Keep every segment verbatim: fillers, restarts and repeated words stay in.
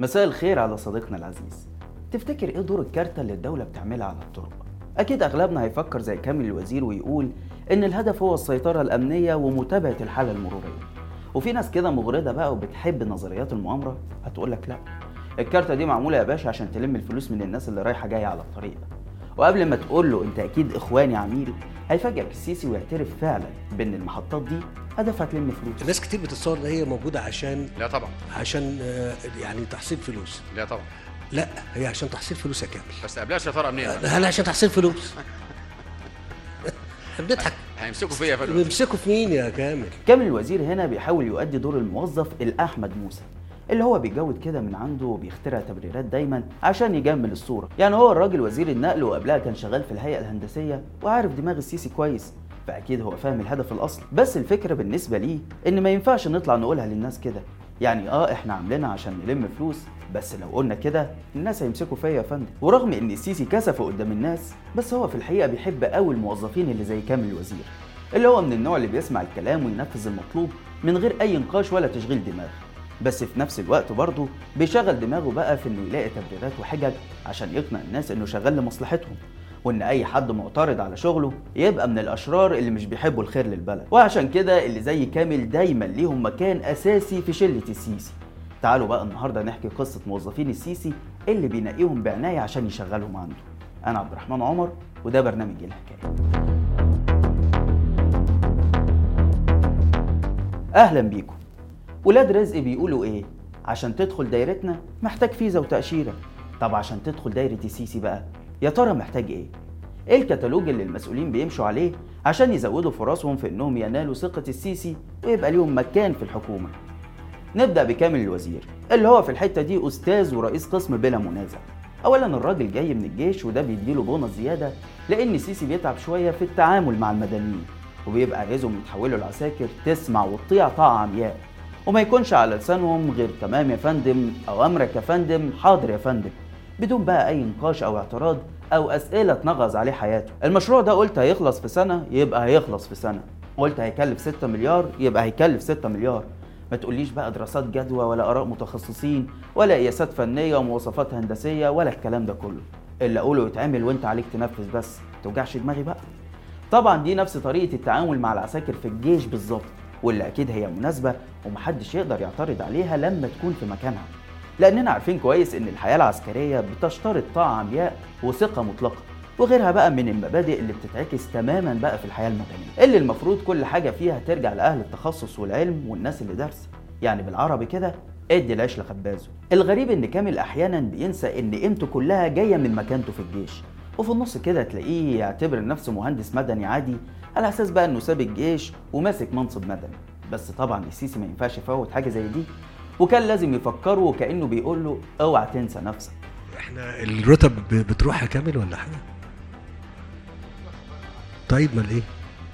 مساء الخير على صديقنا العزيز. تفتكر ايه دور الكارتة اللي الدولة بتعملها على الطرق؟ اكيد اغلبنا هيفكر زي كامل الوزير ويقول ان الهدف هو السيطرة الامنية ومتابعة الحالة المرورية. وفي ناس كده مغردة بقى وبتحب نظريات المؤامرة هتقولك لا، الكارتة دي معمولة يا باشا عشان تلم الفلوس من الناس اللي رايحة جاية على الطريق. وقبل ما تقول له انت اكيد اخواني عميل، هيفاجئك السيسي ويعترف فعلا بان المحطات دي هدفها تلم فلوس. الناس كتير بتتصور ان هي موجوده عشان لا طبعا عشان آه، يعني تحصيل فلوس. لا طبعا لا، هي عشان تحصيل فلوس يا كامل. بس قبلها شطاره امنيه. هل عشان تحصيل فلوس؟ بنضحك. هيمسكوا فيا يا فندم. بيمسكوا في مين يا كامل؟ كامل الوزير هنا بيحاول يؤدي دور الموظف الأحمد موسى اللي هو بيجود كده من عنده وبيخترع تبريرات دايما عشان يجمل الصورة. يعني هو الراجل وزير النقل وقبلها كان شغال في الهيئة الهندسية وعارف دماغ السيسي كويس، فأكيد هو فاهم الهدف الأصلي. بس الفكرة بالنسبة ليه إن ما ينفعش نطلع نقولها للناس كده، يعني اه احنا عاملينها عشان نلم فلوس، بس لو قلنا كده الناس هيمسكوا فيا يا فندم. ورغم ان السيسي كسفه قدام الناس، بس هو في الحقيقة بيحب قوي الموظفين اللي زي كامل الوزير، اللي هو من النوع اللي بيسمع الكلام وينفذ المطلوب من غير اي نقاش ولا تشغيل دماغ. بس في نفس الوقت برضه بيشغل دماغه بقى في انه يلاقي تبريرات وحجج عشان يقنع الناس انه شغال لمصلحتهم، وان اي حد معترض على شغله يبقى من الاشرار اللي مش بيحبوا الخير للبلد. وعشان كده اللي زي كامل دايما ليهم مكان اساسي في شلة السيسي. تعالوا بقى النهارده نحكي قصة موظفين السيسي اللي بينقيهم بعناية عشان يشغلهم عنده. انا عبد الرحمن عمر وده برنامج الحكاية. اهلا بيكم. ولاد رزق بيقولوا ايه؟ عشان تدخل دايرتنا محتاج فيزا وتأشيرة. طب عشان تدخل دايرة السيسي بقى يا ترى محتاج ايه؟ ايه الكتالوج اللي المسؤولين بيمشوا عليه عشان يزودوا فرصهم في انهم ينالوا ثقة السيسي ويبقى ليهم مكان في الحكومة؟ نبدأ بكامل الوزير اللي هو في الحتة دي أستاذ ورئيس قسم بلا منازع. أولا الراجل جاي من الجيش وده بيديله بونص زيادة لأن السيسي بيتعب شوية في التعامل مع المدنيين، وبيبقى عايزهم يتحولوا لعساكر تسمع وتطيع طاعة عمياء، وما يكونش على لسانهم غير تمام يا فندم أو أمرك يا فندم حاضر يا فندم، بدون بقى أي نقاش أو اعتراض أو أسئلة تنغص عليه حياته. المشروع ده قلت هيخلص في سنة يبقى هيخلص في سنة، قلت هيكلف ستة مليار يبقى هيكلف ستة مليار. ما تقوليش بقى دراسات جدوى ولا آراء متخصصين ولا قياسات فنية ومواصفات هندسية ولا الكلام ده كله. اللي أقوله يتعمل وانت عليك تنفذ بس، توجعش دماغي بقى. طبعا دي نفس طريقة التعامل مع العساكر في الجيش بالظبط، واللي أكيد هي مناسبة ومحدش يقدر يعترض عليها لما تكون في مكانها، لأننا عارفين كويس إن الحياة العسكرية بتشترط طاعة عمياء وثقة مطلقة وغيرها بقى من المبادئ اللي بتتعكس تماما بقى في الحياة المدنية، اللي المفروض كل حاجة فيها ترجع لأهل التخصص والعلم والناس اللي دارسة. يعني بالعربي كده ادي العيش لخبازه. الغريب إن كامل أحيانا بينسى إن قيمته كلها جاية من مكانته في الجيش، وفي النص كده تلاقيه يعتبر نفسه مهندس مدني عادي على أساس بقى إنه ساب الجيش وماسك منصب مدني. بس طبعا السيسي ما ينفعش يفوت حاجة زي دي، وكان لازم يفكره وكأنه بيقول له اوعى تنسى نفسك. احنا الرتب بتروح يا كامل ولا حاجه؟ طيب مال ايه؟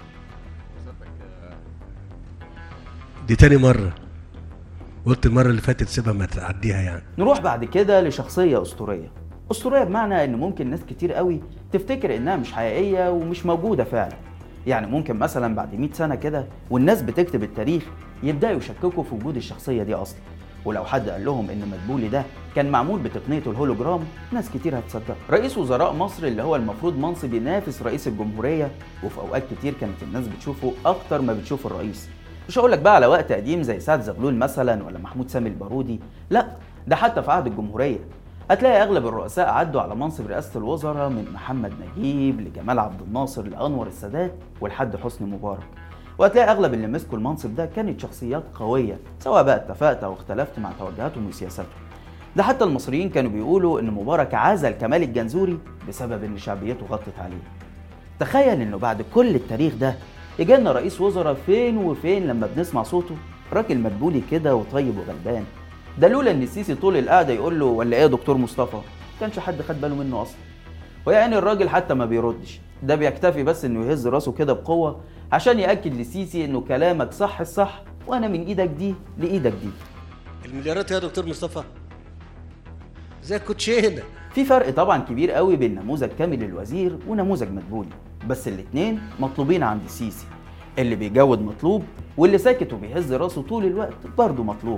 دي تاني مره، قلت المره اللي فاتت سيبها ما تعديها يعني. نروح بعد كده لشخصية أسطورية. أسطورية بمعنى إن ممكن ناس كتير قوي تفتكر إنها مش حقيقية ومش موجودة فعلا. يعني ممكن مثلا بعد مئة سنة كده والناس بتكتب التاريخ يبدأوا يشككوا في وجود الشخصية دي أصلا، ولو حد قال لهم إن مدبولي ده كان معمول بتقنية الهولوجرام ناس كتير هتصدق. رئيس وزراء مصر اللي هو المفروض منصب ينافس رئيس الجمهورية، وفي أوقات كتير كانت الناس بتشوفه أكتر ما بتشوف الرئيس. مش هقولك بقى على وقت قديم زي سعد زغلول مثلا ولا محمود سامي البارودي، لا ده حتى في عهد الجمهورية هتلاقي اغلب الرؤساء عدوا على منصب رئاسة الوزراء من محمد نجيب لجمال عبد الناصر لانور السادات ولحد حسني مبارك. وهتلاقي اغلب اللي مسكوا المنصب ده كانت شخصيات قوية، سواء بقى اتفقت او اختلفت مع توجهاتهم وسياساتهم. ده حتى المصريين كانوا بيقولوا ان مبارك عزل كمال الجنزوري بسبب ان شعبيته غطت عليه. تخيل انه بعد كل التاريخ ده يجينا رئيس وزراء فين وفين لما بنسمع صوته، راجل مدبولي كده وطيب وغلبان. ده لولا ان السيسي طول القعده يقول له ولا ايه يا دكتور مصطفى كانش حد خد باله منه اصلا. ويعني الراجل حتى ما بيردش، ده بيكتفي بس انه يهز راسه كده بقوه عشان ياكد للسيسي انه كلامك صح الصح وانا من ايدك دي لايدك دي. المليارات يا دكتور مصطفى زي الكوتشينه. في فرق طبعا كبير قوي بين نموذج كامل الوزير ونموذج مدبولي، بس الاتنين مطلوبين عند السيسي. اللي بيجود مطلوب واللي ساكت وبيهز راسه طول الوقت برضه مطلوب.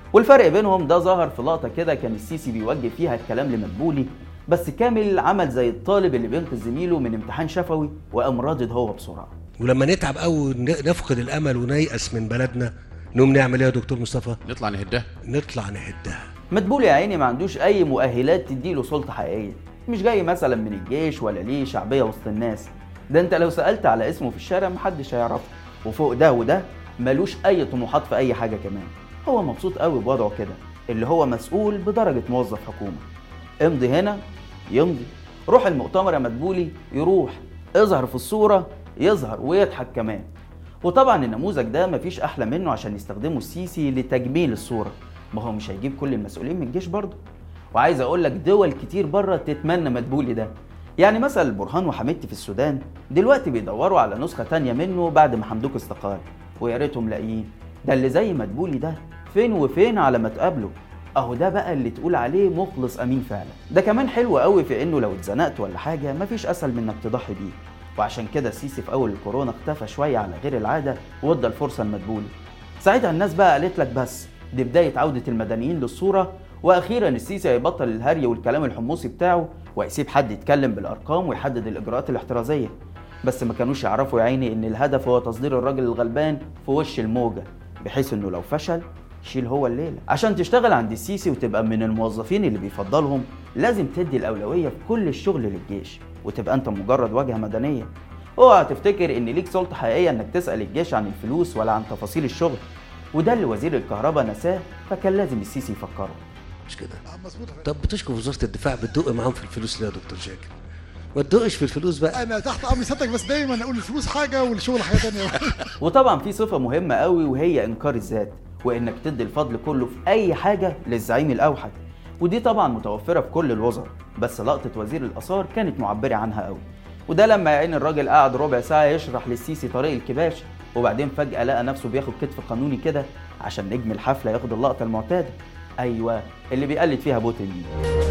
والفرق بينهم ده ظهر في لقطة كده كان السيسي بيوجه فيها الكلام لمدبولي، بس كامل عمل زي الطالب اللي بينقذ زميله من امتحان شفوي وقام رادد هو بسرعة. ولما نتعب قوي نفقد الامل ونيأس من بلدنا نقوم نعمل ايه يا دكتور مصطفى؟ نطلع نهدها نطلع نهدها. مدبولي يا عيني ما عندوش اي مؤهلات تديله سلطة حقيقية، مش جاي مثلا من الجيش ولا ليه شعبية وسط الناس، ده انت لو سألت على اسمه في الشارع محدش هيعرفه، وفوق ده وده ملوش اي طموحات في اي حاجة كمان. هو مبسوط قوي بوضعه كده، اللي هو مسؤول بدرجة موظف حكومة. امضي هنا يمضي، روح المؤتمر يا مدبولي يروح، اظهر في الصورة يظهر ويضحك كمان. وطبعا النموذج ده مفيش احلى منه عشان يستخدمه السيسي لتجميل الصورة، ما هو مش هيجيب كل المسؤولين من الجيش برضه. وعايز اقول لك دول كتير بره تتمنى مدبولي ده، يعني مثلا البرهان وحميدتي في السودان دلوقتي بيدوروا على نسخة تانية منه بعد ما حمدوك استقال، ويا ريتهم لاقيين. ده اللي زي مدبولي ده فين وفين على ما تقابله، اهو ده بقى اللي تقول عليه مخلص امين فعلا. ده كمان حلو قوي في انه لو اتزنقت ولا حاجة مفيش اسهل من انك تضحي بيه، وعشان كده السيسي في اول الكورونا اختفى شوية على غير العادة وادى الفرصة لمدبولي. ساعتها الناس بقى قالت لك بس دي بداية عودة المدنيين للصورة، واخيرا السيسي هيبطل الهري والكلام الحمصي بتاعه ويسيب حد يتكلم بالارقام ويحدد الاجراءات الاحترازية. بس ما كانوش يعرفوا يا عيني ان الهدف هو تصدير الراجل الغلبان في وش الموجة، بحيث انه لو فشل يشيل هو الليلة. عشان تشتغل عند السيسي وتبقى من الموظفين اللي بيفضلهم لازم تدي الأولوية في كل الشغل للجيش، وتبقى انت مجرد واجهة مدنية. اوعى تفتكر ان ليك سلطة حقيقية انك تسأل الجيش عن الفلوس ولا عن تفاصيل الشغل، وده اللي وزير الكهرباء نساه، فكان لازم السيسي يفكره. مش كده؟ طب بتشكر وزارة الدفاع بتدق معاهم في الفلوس ليه يا دكتور شاكر؟ ما تدقش في الفلوس بقى. انا تحت امر سيادتك، بس دايما اقول الفلوس حاجه والشغل حاجه ثانيه. وطبعا في صفة مهمة قوي وهي انكار الذات، وانك تدي الفضل كله في اي حاجة للزعيم الاوحد، ودي طبعا متوفرة في كل الوزراء، بس لقطة وزير الاثار كانت معبرة عنها قوي. وده لما يعين الراجل قعد ربع ساعة يشرح للسيسي طريق الكباش، وبعدين فجأة لقى نفسه بياخد كتف قانوني كده عشان نجم الحفلة ياخد اللقطة المعتادة، ايوه اللي بيقلد فيها بوتين دي.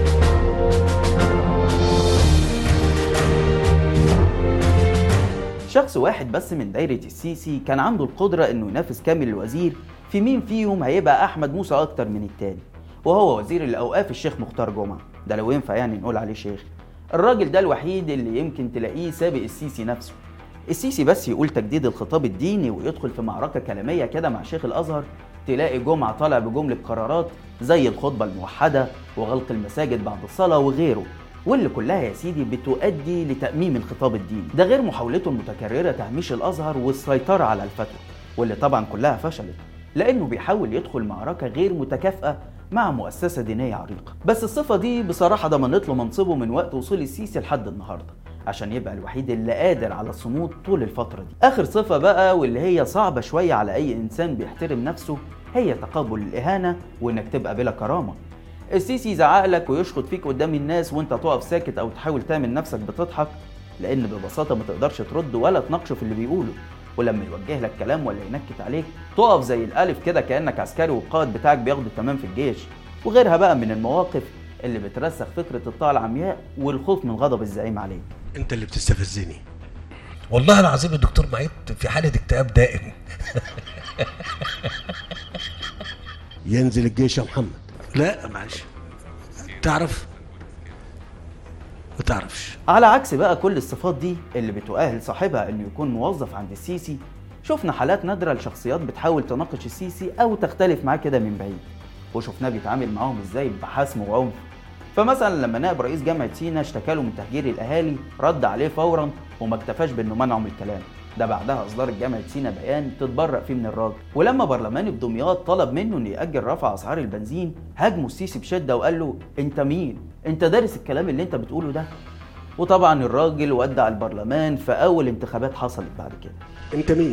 شخص واحد بس من دايرة السيسي كان عنده القدرة انه ينافس كامل الوزير في مين فيهم هيبقى احمد موسى اكتر من التاني، وهو وزير الاوقاف الشيخ مختار جمعة، ده لو ينفع يعني نقول عليه شيخ. الراجل ده الوحيد اللي يمكن تلاقيه سابق السيسي نفسه. السيسي بس يقول تجديد الخطاب الديني ويدخل في معركة كلامية كده مع شيخ الازهر، تلاقي جمعة طالع بجملة قرارات زي الخطبة الموحدة وغلق المساجد بعد الصلاة وغيره، واللي كلها يا سيدي بتؤدي لتأميم الخطاب الديني. ده غير محاولته المتكررة تهميش الازهر والسيطرة على الفتوى، واللي طبعا كلها فشلت لانه بيحاول يدخل معركة غير متكافئة مع مؤسسة دينية عريقة. بس الصفة دي بصراحة ضمنت له منصبه من وقت وصول السيسي لحد النهاردة، عشان يبقى الوحيد اللي قادر على الصمود طول الفترة دي. آخر صفة بقى واللي هي صعبة شوية على أي إنسان بيحترم نفسه هي تقبل الإهانة وإنك تبقى بلا كرامة. السيسي يزعق لك ويشخط فيك قدام الناس وإنت تقف ساكت أو تحاول تعمل نفسك بتضحك، لأن ببساطة ما تقدرش ترد ولا تناقشه في اللي بيقوله. ولما يوجه لك كلام ولا ينكت عليك تقف زي الألف كده كأنك عسكري والقائد بتاعك بياخد التمام في الجيش. وغيرها بقى من المواقف اللي بترسخ فكرة الطاعة العمياء والخوف من غضب الزعيم عليك. انت اللي بتستفزني والله العظيم. الدكتور معيط في حالة اكتئاب دائم. ينزل الجيش يا محمد. لا معلش، تعرف ما تعرفش. على عكس بقى كل الصفات دي اللي بتؤهل صاحبها انه يكون موظف عند السيسي، شفنا حالات نادرة لشخصيات بتحاول تناقش السيسي او تختلف معاه كده من بعيد، وشفناه بيتعامل معاهم ازاي بحسم وعنف. فمثلا لما نائب رئيس جامعة سينا اشتكى له من تهجير الاهالي رد عليه فورا وما اكتفاش بانه منعه من الكلام، ده بعدها اصدرت جامعة سينا بيان تتبرأ فيه من الراجل. ولما برلمان بدمياط طلب منه انه يأجل رفع اسعار البنزين هاجمه السيسي بشدة وقال له انت مين؟ انت دارس الكلام اللي انت بتقوله ده؟ وطبعا الراجل ودع البرلمان في اول انتخابات حصلت بعد كده. انت مين؟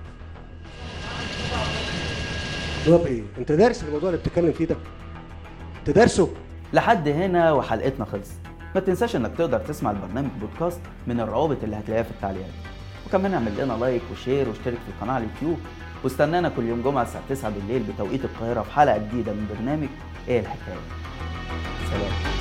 طب ايه؟ انت دارس الموضوع اللي بتتكلم فيه ده؟ انت دارسه؟ لحد هنا وحلقتنا خلصت. ما تنساش انك تقدر تسمع البرنامج بودكاست من الروابط اللي هتلاقيها في التعليقات، وكمان اعمل لنا لايك وشير واشترك في القناه على اليوتيوب، واستنانا كل يوم جمعه الساعه تسعة بالليل بتوقيت القاهره في حلقه جديده من برنامج ايه الحكايه. سلام.